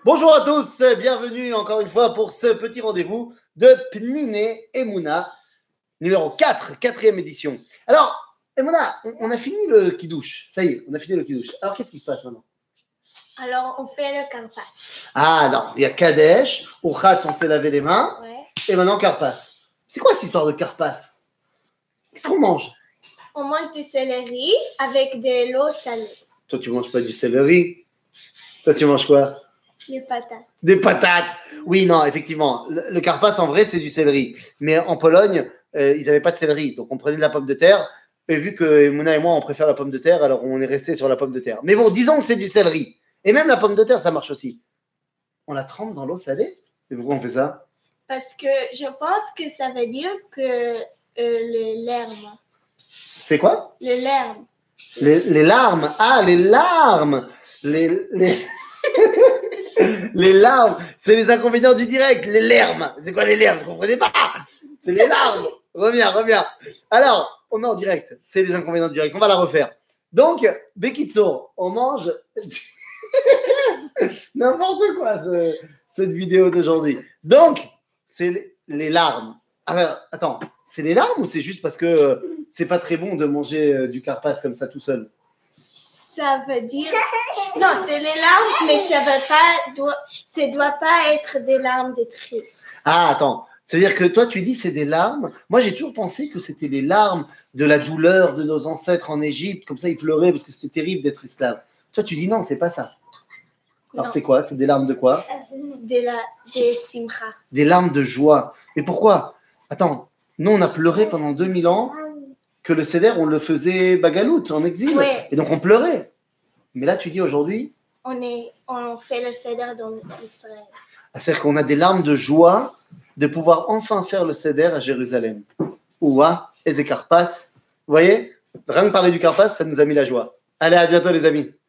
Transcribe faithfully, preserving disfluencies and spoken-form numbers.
Bonjour à tous, bienvenue encore une fois pour ce petit rendez-vous de Pniné Emouna, numéro quatre, quatrième édition. Alors, Emouna, on, on a fini le kidouche, ça y est, on a fini le kidouche. Alors, qu'est-ce qui se passe maintenant? Alors, on fait le karpas. Ah non, il y a Kadesh, au Khatz, on s'est lavé les mains, Ouais. et maintenant karpas. C'est quoi cette histoire de karpas? Qu'est-ce qu'on mange? On mange du céleri avec de l'eau salée. Toi, tu manges pas du céleri. Toi, tu manges quoi? Des patates. Des patates. Oui, non, effectivement. Le, le karpas, en vrai, c'est du céleri. Mais en Pologne, euh, ils n'avaient pas de céleri. Donc, on prenait de la pomme de terre. Et vu que Mouna et moi, on préfère la pomme de terre, alors on est resté sur la pomme de terre. Mais bon, disons que c'est du céleri. Et même la pomme de terre, ça marche aussi. On la trempe dans l'eau salée. Et pourquoi on fait ça? Parce que je pense que ça veut dire que euh, le larme. C'est quoi? Le larme. Les, les larmes. Ah, les larmes. Les... les... Les larmes, c'est les inconvénients du direct, les larmes. C'est quoi les larmes? Vous comprenez pas? C'est les larmes. Reviens, reviens. Alors, on est en direct. C'est les inconvénients du direct. On va la refaire. Donc, Bekitso, on mange n'importe quoi ce, cette vidéo d'aujourd'hui. Donc, c'est les larmes. Alors, attends, c'est les larmes ou c'est juste parce que euh, c'est pas très bon de manger euh, du karpas comme ça tout seul? Ça veut dire... Non, c'est les larmes, mais ça veut pas... Doit... Ça doit pas être des larmes de triste. Ah, attends. Ça veut dire que toi, tu dis c'est des larmes. Moi, j'ai toujours pensé que c'était les larmes de la douleur de nos ancêtres en Égypte. Comme ça, ils pleuraient parce que c'était terrible d'être esclave. Toi, tu dis non, c'est pas ça. Alors, Non. c'est quoi? C'est des larmes de quoi? De la... de simcha. Des larmes de joie. Mais pourquoi? Attends, nous, on a pleuré pendant deux mille ans que le Seder, on le faisait bagalout, en exil. Ouais. Et donc, on pleurait. Mais là, tu dis aujourd'hui, On, est... on fait le Seder dans Israël. c'est-à-dire qu'on a des larmes de joie de pouvoir enfin faire le Seder à Jérusalem. Ouah, et des karpas. Vous voyez, rien que parler du karpas, ça nous a mis la joie. Allez, à bientôt les amis.